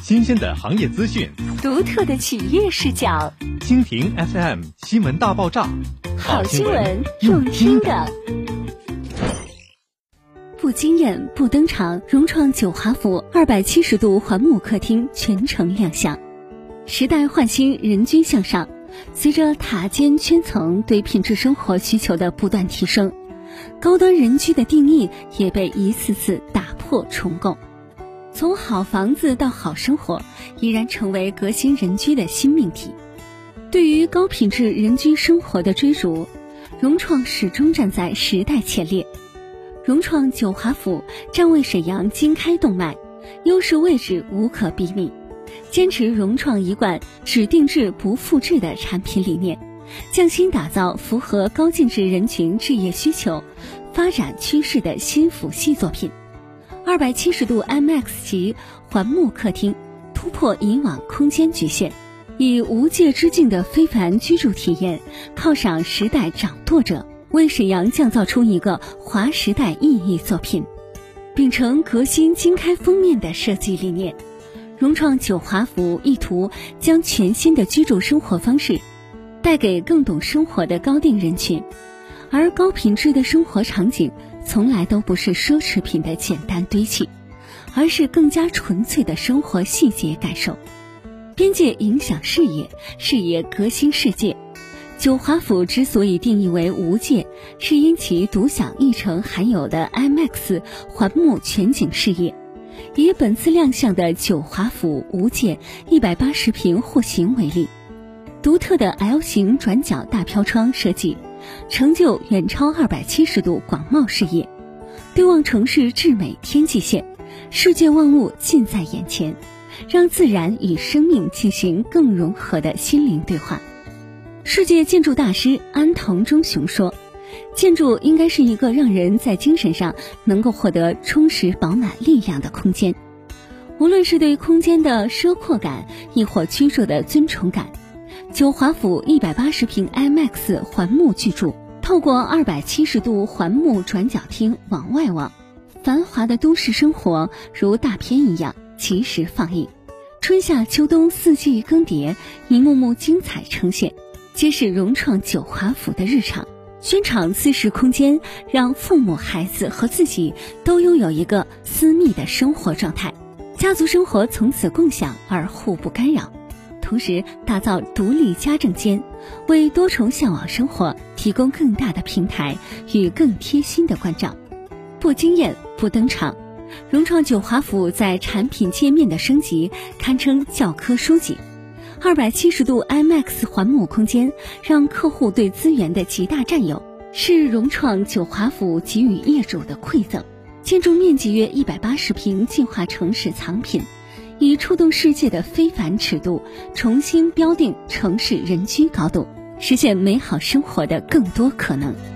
新鲜的行业资讯， 独特的企业视角。 蜻蜓 FM 新闻大爆炸， 好新闻用听的。不惊艳不登场，融创九华府270度环幕客厅全程亮相。时代焕新，人均向上。随着塔尖圈层对品质生活需求的不断提升，高端人居的定义也被一次次打破重构。从好房子到好生活，依然成为革新人居的新命题。对于高品质人居生活的追逐，融创始终站在时代前列。融创九华府站位沈阳经开动脉，优势位置无可比拟，坚持融创一贯只定制不复制的产品理念，匠心打造符合高净值人群置业需求、发展趋势的新辅系作品。270度 IMAX 级环幕客厅突破以往空间局限，以无界之境的非凡居住体验犒赏时代掌舵者，为沈阳降造出一个划时代意义作品。秉承革新经开封面的设计理念，融创九华府意图将全新的居住生活方式带给更懂生活的高定人群，而高品质的生活场景从来都不是奢侈品的简单堆砌，而是更加纯粹的生活细节感受。边界影响视野，视野革新世界。九华府之所以定义为无界，是因其独享一城罕有的 IMAX 环幕全景视野。以本次亮相的九华府无界180平户型为例，独特的 L 型转角大飘窗设计，成就远超270度广袤视野，对望城市至美天际线，世界万物近在眼前，让自然与生命进行更融合的心灵对话。世界建筑大师安藤忠雄说，建筑应该是一个让人在精神上能够获得充实饱满力量的空间，无论是对空间的奢阔感，亦或居住的尊崇感。九华府180平 IMAX 环幕巨著，透过270度环幕转角厅往外望，繁华的都市生活如大片一样及时放映，春夏秋冬四季更迭，一幕幕精彩呈现，皆是融创九华府的日常。宣敞私室空间，让父母、孩子和自己都拥有一个私密的生活状态，家族生活从此共享而互不干扰。同时打造独立家政间，为多重向往生活提供更大的平台与更贴心的关照。不惊艳不登场，融创九华府在产品界面的升级堪称教科书级。270度 IMAX 环幕空间让客户对资源的极大占有，是融创九华府给予业主的馈赠。建筑面积约180平进化城市藏品，以触动世界的非凡尺度重新标定城市人居高度，实现美好生活的更多可能。